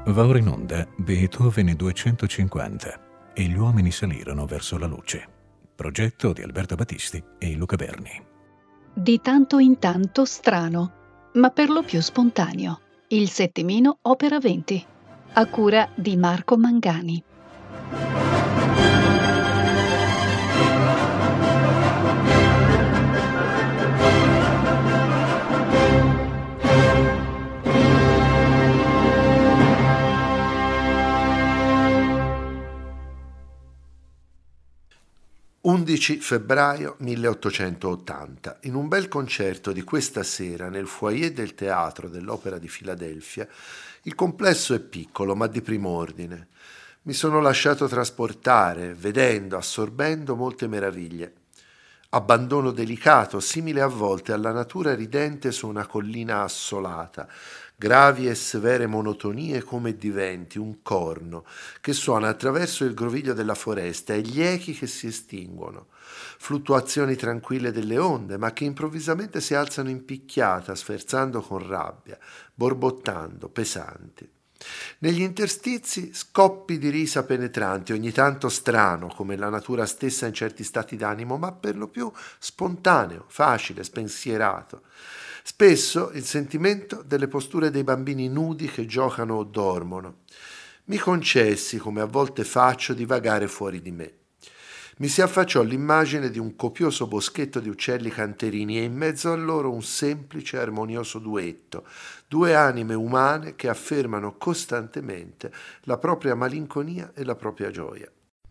Va ora in onda Beethoven 250 e gli uomini salirono verso la luce. Progetto di Alberto Battisti e Luca Berni. Di tanto in tanto strano, ma per lo più spontaneo. Il Settimino Opera 20, a cura di Marco Mangani. «11 febbraio 1880. In un bel concerto di questa sera nel foyer del teatro dell'Opera di Filadelfia, il complesso è piccolo ma di primo ordine. Mi sono lasciato trasportare, vedendo, assorbendo molte meraviglie. Abbandono delicato, simile a volte alla natura ridente su una collina assolata, gravi e severe monotonie come diventi un corno che suona attraverso il groviglio della foresta e gli echi che si estinguono, fluttuazioni tranquille delle onde ma che improvvisamente si alzano in picchiata, sferzando con rabbia, borbottando, pesanti. Negli interstizi scoppi di risa penetranti, ogni tanto strano, come la natura stessa in certi stati d'animo, ma per lo più spontaneo, facile, spensierato. Spesso il sentimento delle posture dei bambini nudi che giocano o dormono. Mi concessi, come a volte faccio, di vagare fuori di me. Mi si affacciò l'immagine di un copioso boschetto di uccelli canterini e in mezzo a loro un semplice e armonioso duetto, due anime umane che affermano costantemente la propria malinconia e la propria gioia.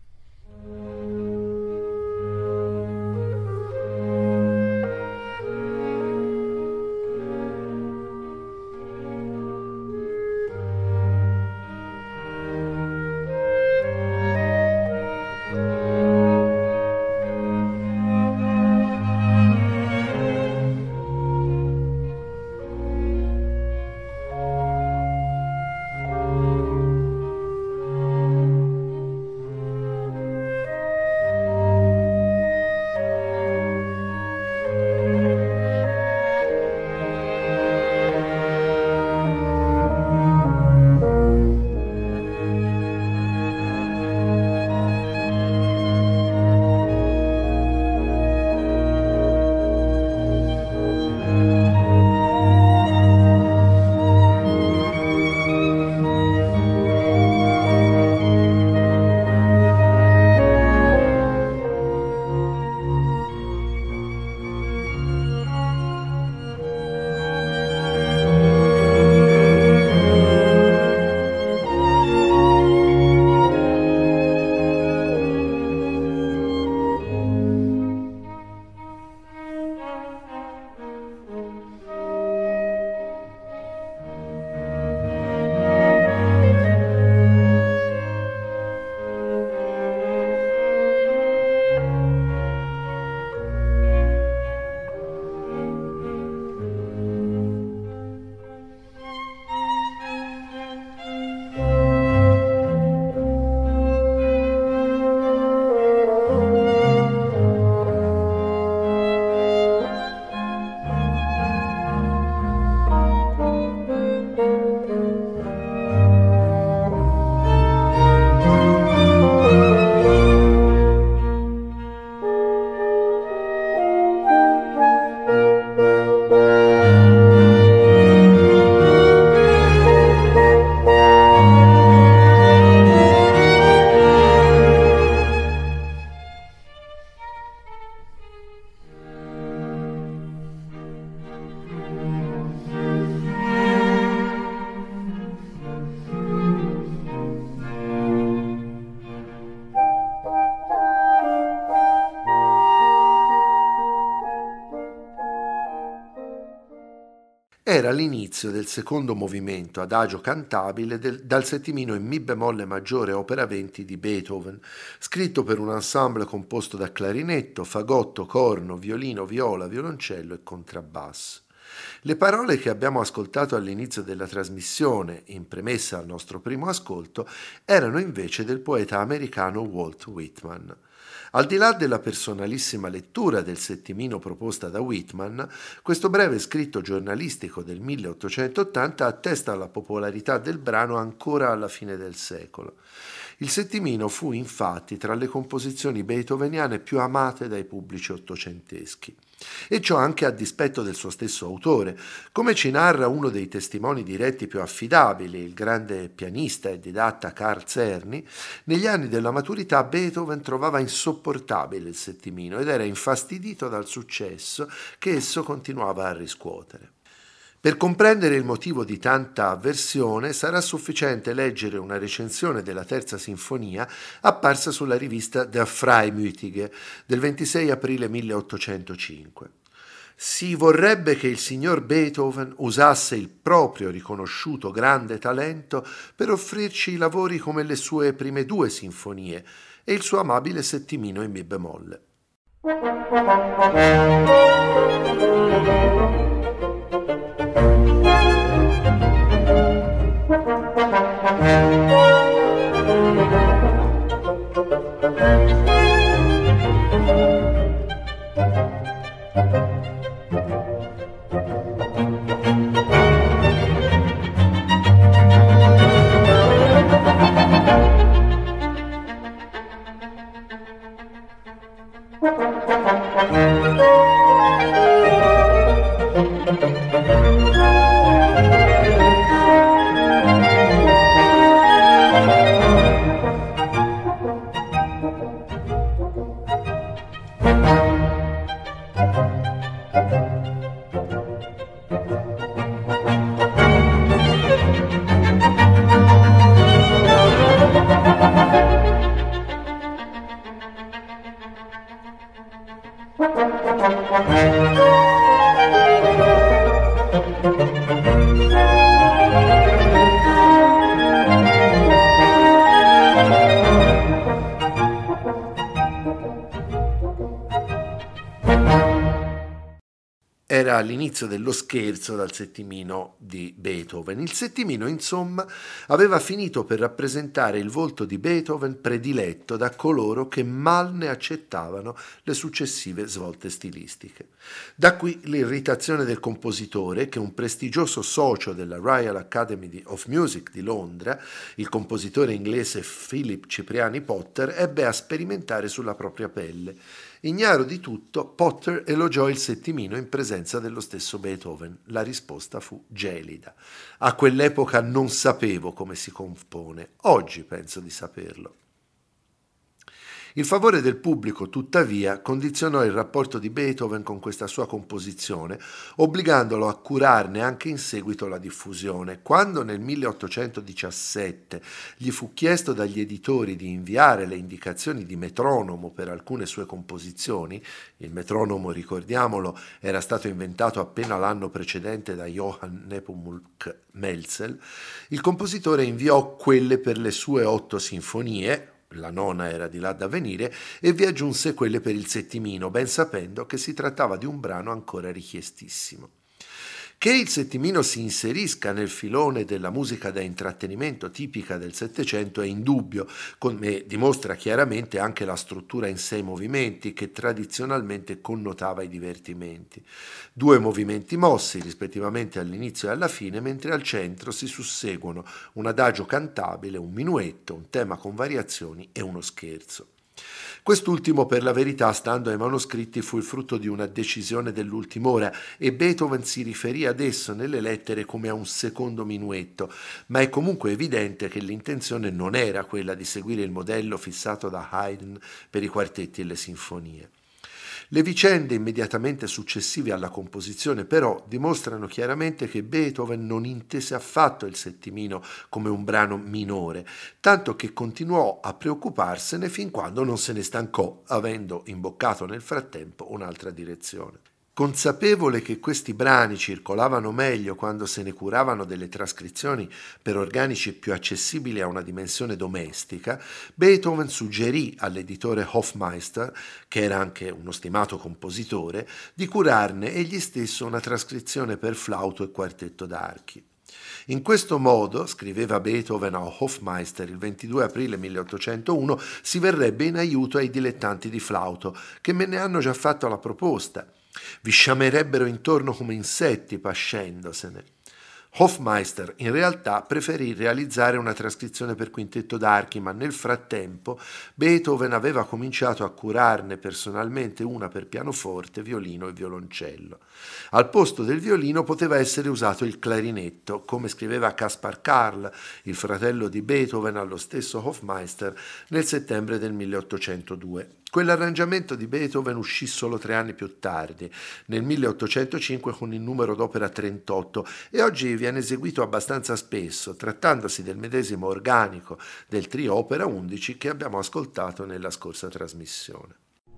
Era l'inizio del secondo movimento adagio cantabile dal settimino in Mi bemolle maggiore opera 20 di Beethoven, scritto per un ensemble composto da clarinetto, fagotto, corno, violino, viola, violoncello e contrabbasso. Le parole che abbiamo ascoltato all'inizio della trasmissione, in premessa al nostro primo ascolto, erano invece del poeta americano Walt Whitman. Al di là della personalissima lettura del settimino proposta da Whitman, questo breve scritto giornalistico del 1880 attesta la popolarità del brano ancora alla fine del secolo. Il settimino fu infatti tra le composizioni beethoveniane più amate dai pubblici ottocenteschi. E ciò anche a dispetto del suo stesso autore, come ci narra uno dei testimoni diretti più affidabili, il grande pianista e didatta Carl Czerny. Negli anni della maturità Beethoven trovava insopportabile il settimino ed era infastidito dal successo che esso continuava a riscuotere. Per comprendere il motivo di tanta avversione sarà sufficiente leggere una recensione della Terza Sinfonia apparsa sulla rivista Der Freimütige del 26 aprile 1805. Si vorrebbe che il signor Beethoven usasse il proprio riconosciuto grande talento per offrirci i lavori come le sue prime 2 sinfonie e il suo amabile settimino in mi bemolle. Era all'inizio dello scherzo dal settimino di Beethoven. Il settimino, insomma, aveva finito per rappresentare il volto di Beethoven prediletto da coloro che mal ne accettavano le successive svolte stilistiche. Da qui l'irritazione del compositore che un prestigioso socio della Royal Academy of Music di Londra, il compositore inglese Philip Cipriani Potter, ebbe a sperimentare sulla propria pelle. Ignaro di tutto, Potter elogiò il settimino in presenza dello stesso Beethoven. La risposta fu gelida. A quell'epoca non sapevo come si compone, oggi penso di saperlo. Il favore del pubblico, tuttavia, condizionò il rapporto di Beethoven con questa sua composizione, obbligandolo a curarne anche in seguito la diffusione. Quando nel 1817 gli fu chiesto dagli editori di inviare le indicazioni di metronomo per alcune sue composizioni, il metronomo, ricordiamolo, era stato inventato appena l'anno precedente da Johann Nepomuk Melzel, il compositore inviò quelle per le sue 8 sinfonie, la 9ª era di là da venire, e vi aggiunse quelle per il settimino, ben sapendo che si trattava di un brano ancora richiestissimo. Che il settimino si inserisca nel filone della musica da intrattenimento tipica del Settecento è indubbio, come dimostra chiaramente anche la struttura in 6 movimenti che tradizionalmente connotava i divertimenti. 2 movimenti mossi rispettivamente all'inizio e alla fine, mentre al centro si susseguono un adagio cantabile, un minuetto, un tema con variazioni e uno scherzo. Quest'ultimo, per la verità, stando ai manoscritti, fu il frutto di una decisione dell'ultima ora e Beethoven si riferì ad esso nelle lettere come a un secondo minuetto, ma è comunque evidente che l'intenzione non era quella di seguire il modello fissato da Haydn per i quartetti e le sinfonie. Le vicende immediatamente successive alla composizione però dimostrano chiaramente che Beethoven non intese affatto il settimino come un brano minore, tanto che continuò a preoccuparsene fin quando non se ne stancò, avendo imboccato nel frattempo un'altra direzione. Consapevole che questi brani circolavano meglio quando se ne curavano delle trascrizioni per organici più accessibili a una dimensione domestica, Beethoven suggerì all'editore Hofmeister, che era anche uno stimato compositore, di curarne egli stesso una trascrizione per flauto e quartetto d'archi. In questo modo, scriveva Beethoven a Hofmeister il 22 aprile 1801, si verrebbe in aiuto ai dilettanti di flauto, che me ne hanno già fatto la proposta. Vi sciamerebbero intorno come insetti pascendosene. Hofmeister in realtà preferì realizzare una trascrizione per quintetto d'archi, ma nel frattempo Beethoven aveva cominciato a curarne personalmente una per pianoforte, violino e violoncello. Al posto del violino poteva essere usato il clarinetto, come scriveva Caspar Karl, il fratello di Beethoven, allo stesso Hofmeister nel settembre del 1802. Quell'arrangiamento di Beethoven uscì solo 3 anni più tardi, nel 1805 con il numero d'opera 38, e oggi viene eseguito abbastanza spesso, trattandosi del medesimo organico del trio opera 11 che abbiamo ascoltato nella scorsa trasmissione.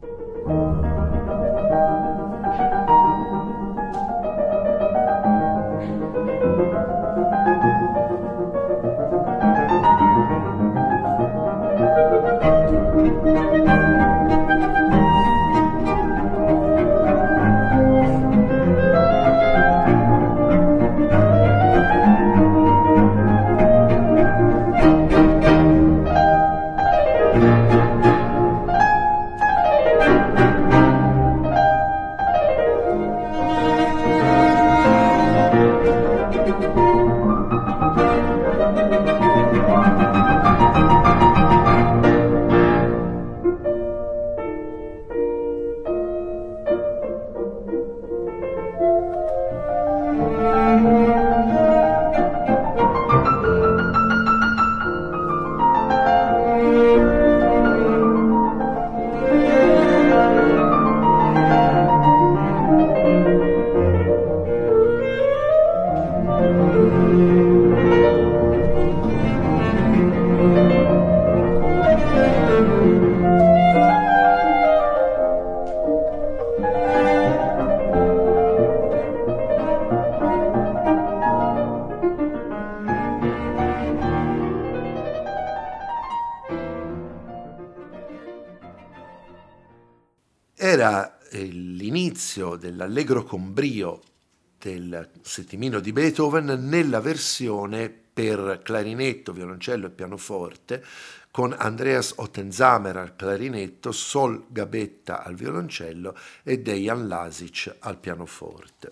Era l'inizio dell'allegro con brio del settimino di Beethoven nella versione per clarinetto, violoncello e pianoforte, con Andreas Ottensamer al clarinetto, Sol Gabetta al violoncello e Dejan Lasic al pianoforte.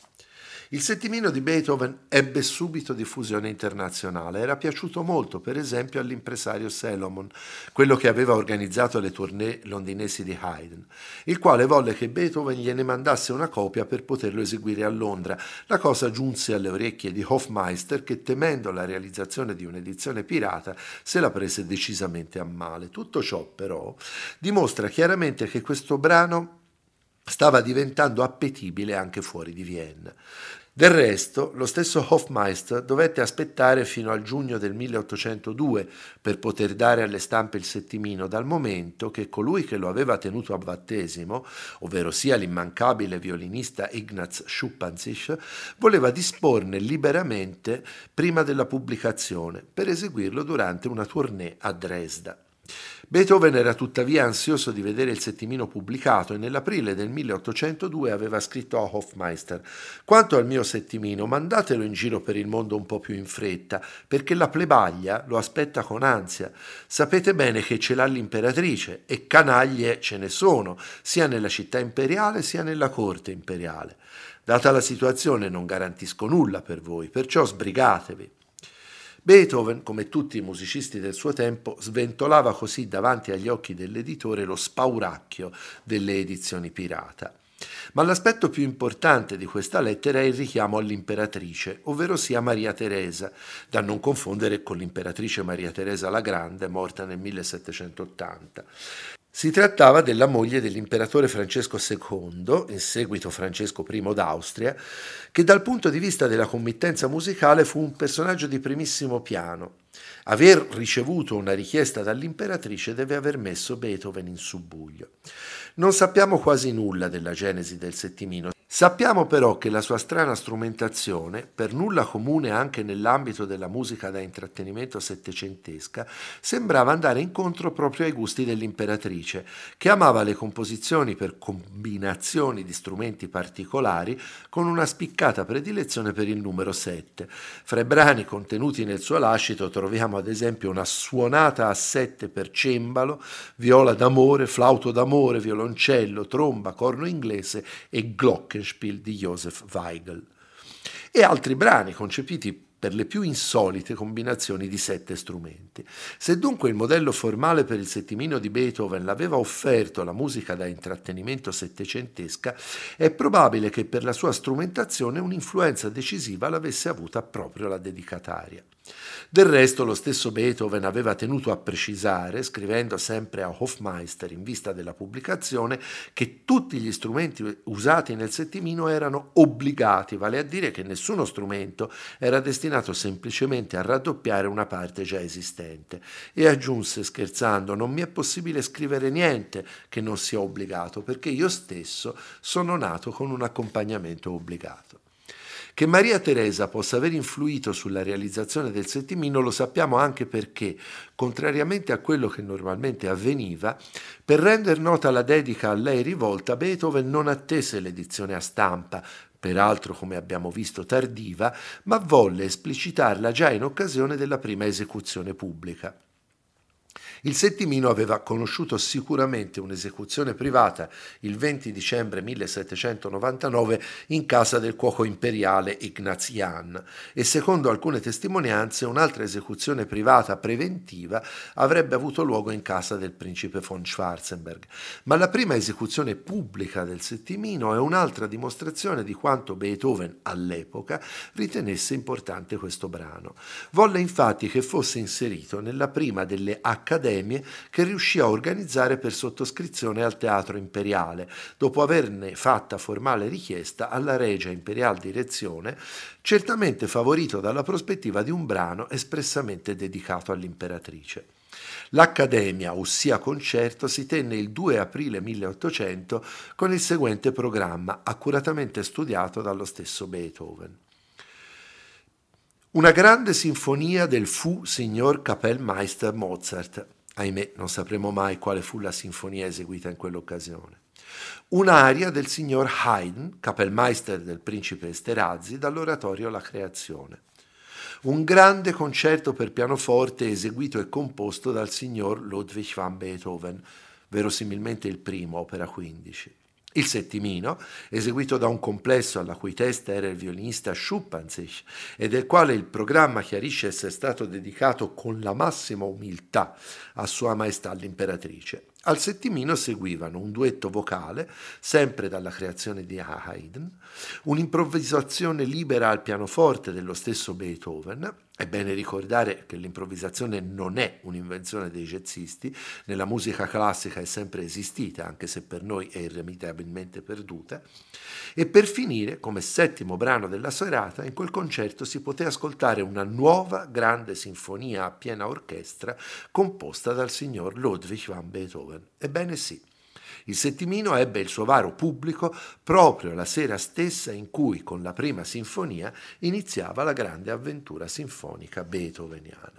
Il settimino di Beethoven ebbe subito diffusione internazionale. Era piaciuto molto, per esempio, all'impresario Salomon, quello che aveva organizzato le tournée londinesi di Haydn, il quale volle che Beethoven gliene mandasse una copia per poterlo eseguire a Londra. La cosa giunse alle orecchie di Hofmeister, che, temendo la realizzazione di un'edizione pirata, se la prese decisamente a male. Tutto ciò, però, dimostra chiaramente che questo brano stava diventando appetibile anche fuori di Vienna. Del resto, lo stesso Hofmeister dovette aspettare fino al giugno del 1802 per poter dare alle stampe il settimino, dal momento che colui che lo aveva tenuto a battesimo, ovvero sia l'immancabile violinista Ignaz Schuppanzich, voleva disporne liberamente prima della pubblicazione per eseguirlo durante una tournée a Dresda. Beethoven era tuttavia ansioso di vedere il settimino pubblicato e nell'aprile del 1802 aveva scritto a Hofmeister: «Quanto al mio settimino, mandatelo in giro per il mondo un po' più in fretta, perché la plebaglia lo aspetta con ansia. Sapete bene che ce l'ha l'imperatrice e canaglie ce ne sono, sia nella città imperiale sia nella corte imperiale. Data la situazione non garantisco nulla per voi, perciò sbrigatevi». Beethoven, come tutti i musicisti del suo tempo, sventolava così davanti agli occhi dell'editore lo spauracchio delle edizioni pirata. Ma l'aspetto più importante di questa lettera è il richiamo all'imperatrice, ovvero sia Maria Teresa, da non confondere con l'imperatrice Maria Teresa la Grande, morta nel 1780. Si trattava della moglie dell'imperatore Francesco II, in seguito Francesco I d'Austria, che dal punto di vista della committenza musicale fu un personaggio di primissimo piano. Aver ricevuto una richiesta dall'imperatrice deve aver messo Beethoven in subbuglio. Non sappiamo quasi nulla della genesi del settimino. Sappiamo però che la sua strana strumentazione, per nulla comune anche nell'ambito della musica da intrattenimento settecentesca, sembrava andare incontro proprio ai gusti dell'imperatrice, che amava le composizioni per combinazioni di strumenti particolari con una spiccata predilezione per il numero 7. Fra i brani contenuti nel suo lascito troviamo ad esempio una suonata a 7 per cembalo, viola d'amore, flauto d'amore, violoncello, tromba, corno inglese e glockenspiel di Joseph Weigl, e altri brani concepiti per le più insolite combinazioni di 7 strumenti. Se dunque il modello formale per il settimino di Beethoven l'aveva offerto la musica da intrattenimento settecentesca, è probabile che per la sua strumentazione un'influenza decisiva l'avesse avuta proprio la dedicataria. Del resto lo stesso Beethoven aveva tenuto a precisare, scrivendo sempre a Hofmeister in vista della pubblicazione, che tutti gli strumenti usati nel settimino erano obbligati, vale a dire che nessuno strumento era destinato semplicemente a raddoppiare una parte già esistente, e aggiunse scherzando: non mi è possibile scrivere niente che non sia obbligato, perché io stesso sono nato con un accompagnamento obbligato. Che Maria Teresa possa aver influito sulla realizzazione del settimino lo sappiamo anche perché, contrariamente a quello che normalmente avveniva, per render nota la dedica a lei rivolta, Beethoven non attese l'edizione a stampa, peraltro come abbiamo visto tardiva, ma volle esplicitarla già in occasione della prima esecuzione pubblica. Il settimino aveva conosciuto sicuramente un'esecuzione privata il 20 dicembre 1799 in casa del cuoco imperiale Ignaz Jahn, e secondo alcune testimonianze un'altra esecuzione privata preventiva avrebbe avuto luogo in casa del principe von Schwarzenberg. Ma la prima esecuzione pubblica del settimino è un'altra dimostrazione di quanto Beethoven all'epoca ritenesse importante questo brano. Volle infatti che fosse inserito nella prima delle accademie che riuscì a organizzare per sottoscrizione al Teatro Imperiale, dopo averne fatta formale richiesta alla Regia Imperial Direzione, certamente favorito dalla prospettiva di un brano espressamente dedicato all'imperatrice. L'Accademia, ossia concerto, si tenne il 2 aprile 1800 con il seguente programma, accuratamente studiato dallo stesso Beethoven. Una grande sinfonia del Fu Signor Kapellmeister Mozart. Ahimè, non sapremo mai quale fu la sinfonia eseguita in quell'occasione. Un'aria del signor Haydn, Kapellmeister del principe Esterhazy, dall'oratorio La Creazione. Un grande concerto per pianoforte eseguito e composto dal signor Ludwig van Beethoven, verosimilmente il primo, opera 15. Il settimino, eseguito da un complesso alla cui testa era il violinista Schuppanzich e del quale il programma chiarisce essere stato dedicato con la massima umiltà a Sua Maestà l'Imperatrice. Al settimino seguivano un duetto vocale, sempre dalla creazione di Haydn, un'improvvisazione libera al pianoforte dello stesso Beethoven. È bene ricordare che l'improvvisazione non è un'invenzione dei jazzisti, nella musica classica è sempre esistita, anche se per noi è irrimediabilmente perduta. E per finire, come settimo brano della serata, in quel concerto si poté ascoltare una nuova grande sinfonia a piena orchestra composta dal signor Ludwig van Beethoven. Ebbene sì, il settimino ebbe il suo varo pubblico proprio la sera stessa in cui, con la prima sinfonia, iniziava la grande avventura sinfonica beethoveniana.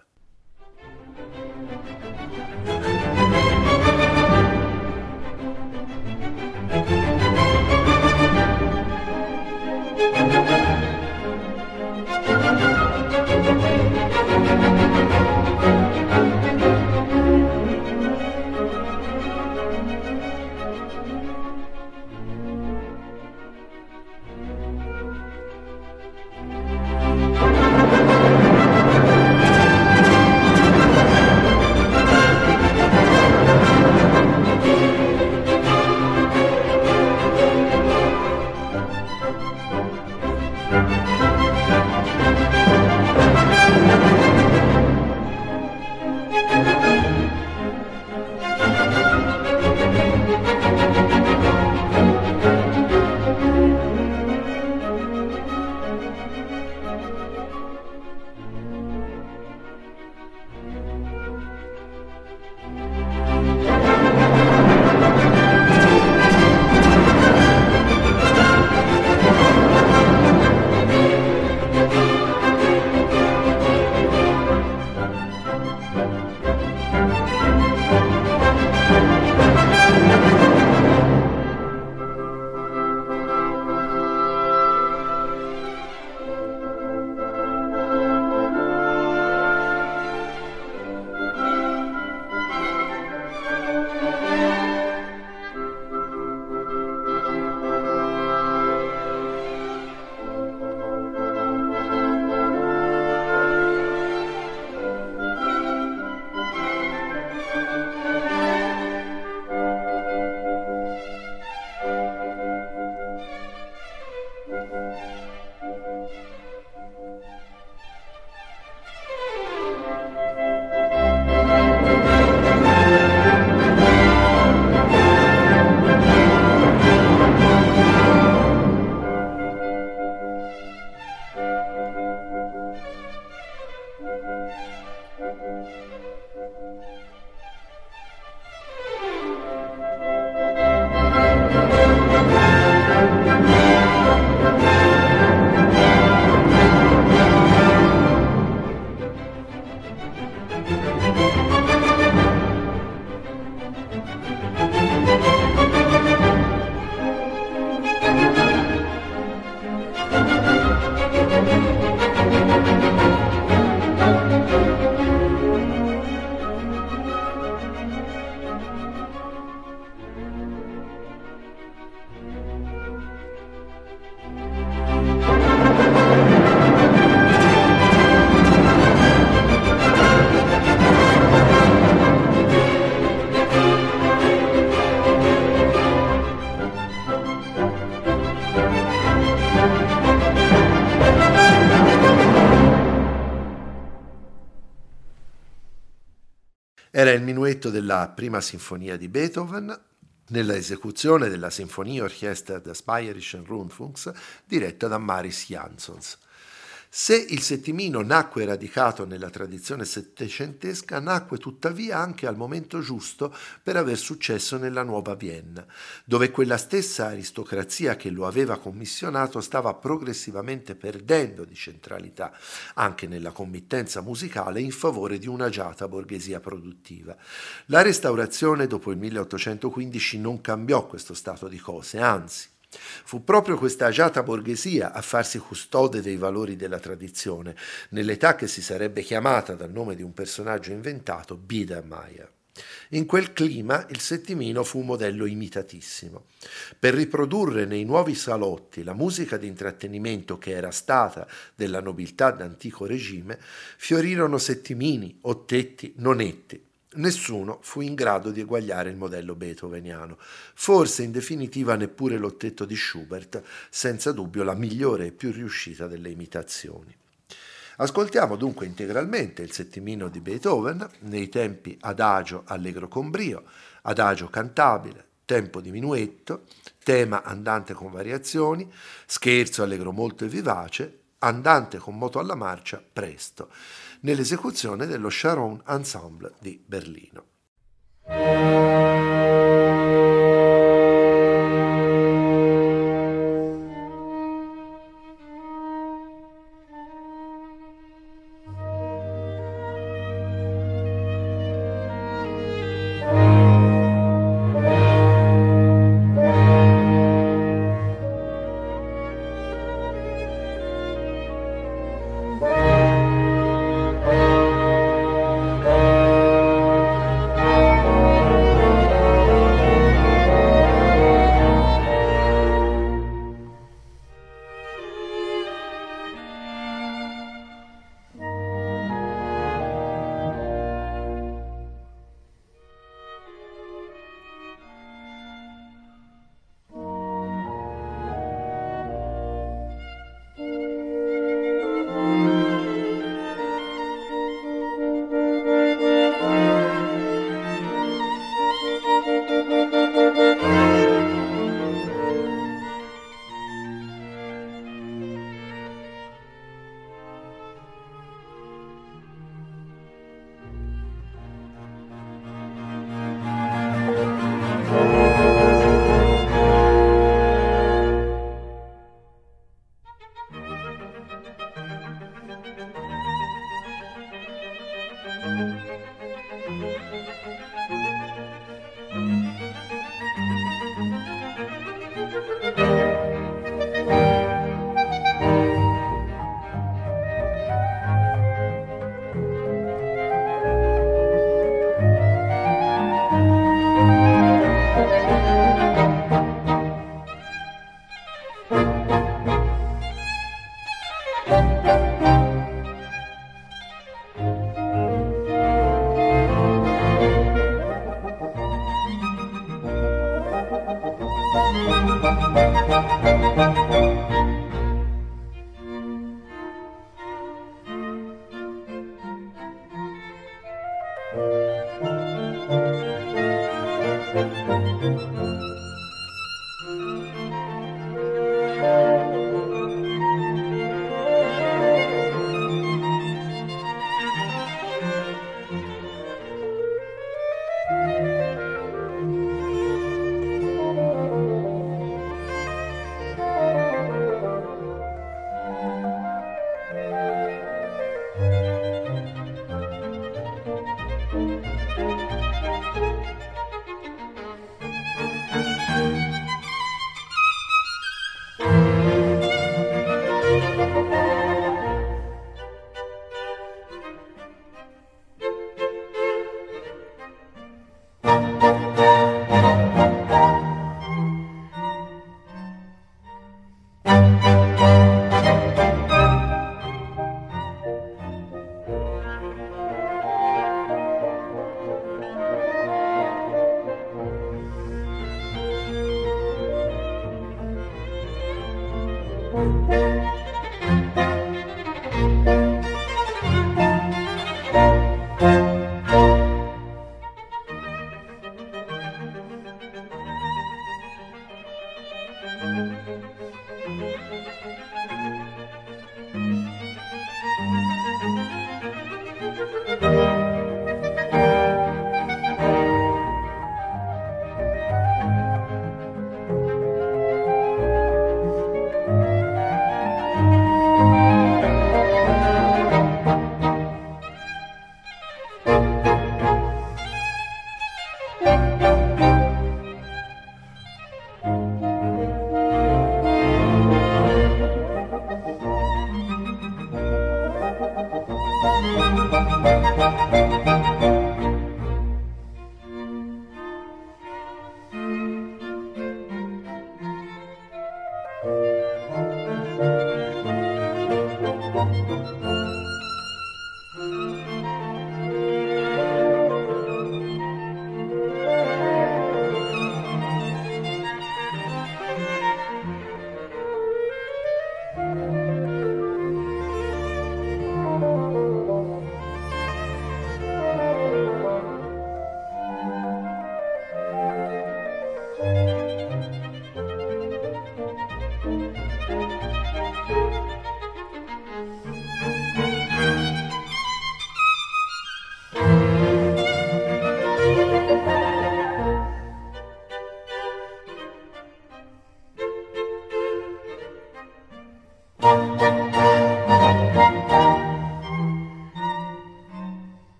Era il minuetto della prima sinfonia di Beethoven, nella esecuzione della Sinfonia Orchester des Bayerischen Rundfunks, diretta da Maris Jansons. Se il settimino nacque radicato nella tradizione settecentesca, nacque tuttavia anche al momento giusto per aver successo nella Nuova Vienna, dove quella stessa aristocrazia che lo aveva commissionato stava progressivamente perdendo di centralità anche nella committenza musicale in favore di un'agiata borghesia produttiva. La Restaurazione dopo il 1815 non cambiò questo stato di cose, anzi. Fu proprio questa agiata borghesia a farsi custode dei valori della tradizione, nell'età che si sarebbe chiamata dal nome di un personaggio inventato Biedermeier. In quel clima il settimino fu un modello imitatissimo. Per riprodurre nei nuovi salotti la musica di intrattenimento che era stata della nobiltà d'antico regime, fiorirono settimini, ottetti, nonetti. Nessuno fu in grado di eguagliare il modello beethoveniano, forse in definitiva neppure l'ottetto di Schubert, senza dubbio la migliore e più riuscita delle imitazioni. Ascoltiamo dunque integralmente il settimino di Beethoven nei tempi adagio allegro con brio, adagio cantabile, tempo di minuetto, tema andante con variazioni, scherzo allegro molto e vivace, andante con moto alla marcia presto, nell'esecuzione dello Sharon Ensemble di Berlino.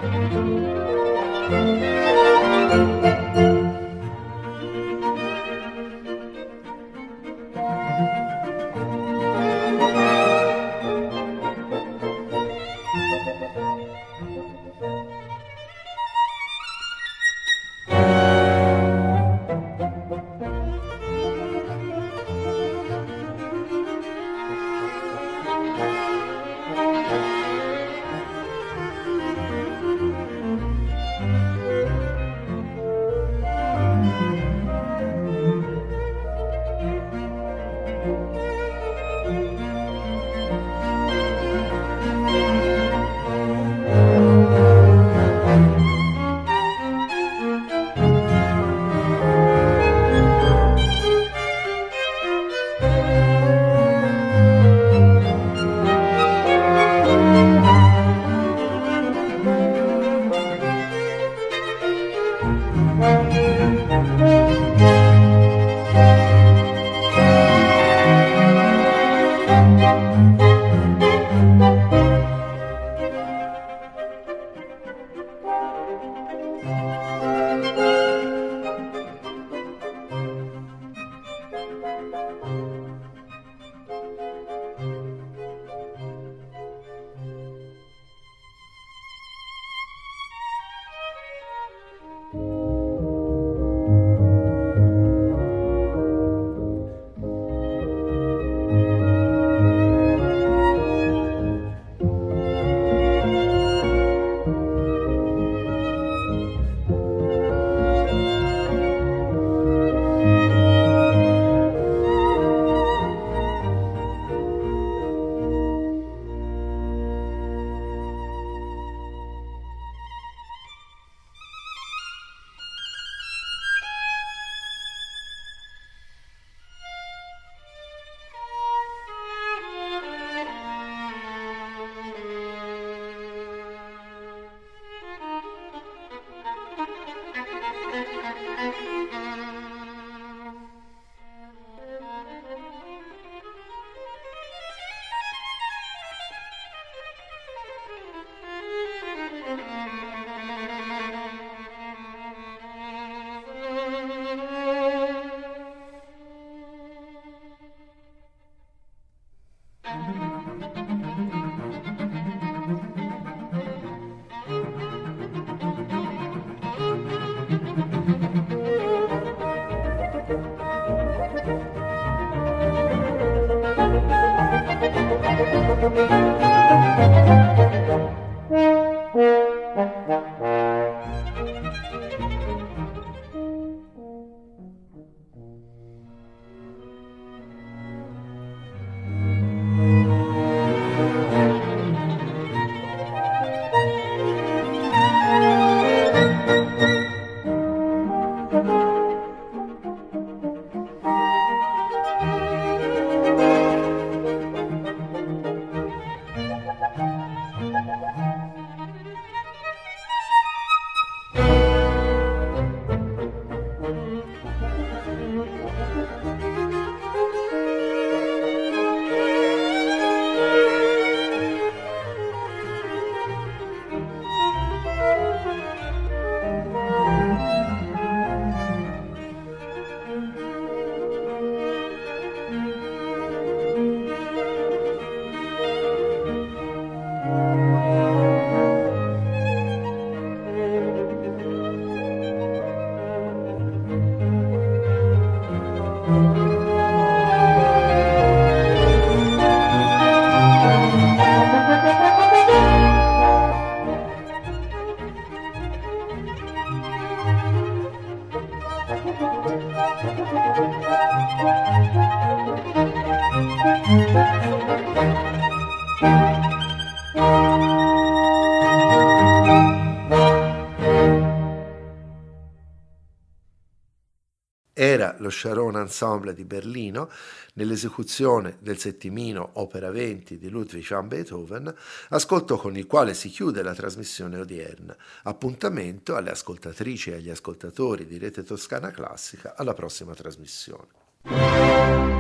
Era lo Sharon Ensemble di Berlino nell'esecuzione del settimino Opera 20 di Ludwig van Beethoven, ascolto con il quale si chiude la trasmissione odierna. Appuntamento alle ascoltatrici e agli ascoltatori di Rete Toscana Classica alla prossima trasmissione.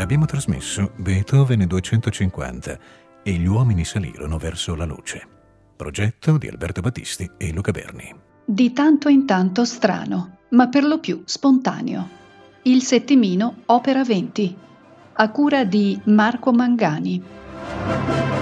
Abbiamo trasmesso Beethoven 250 e gli uomini salirono verso la luce. Progetto di Alberto Battisti e Luca Berni. Di tanto in tanto strano, ma per lo più spontaneo. Il Settimino, opera 20, a cura di Marco Mangani.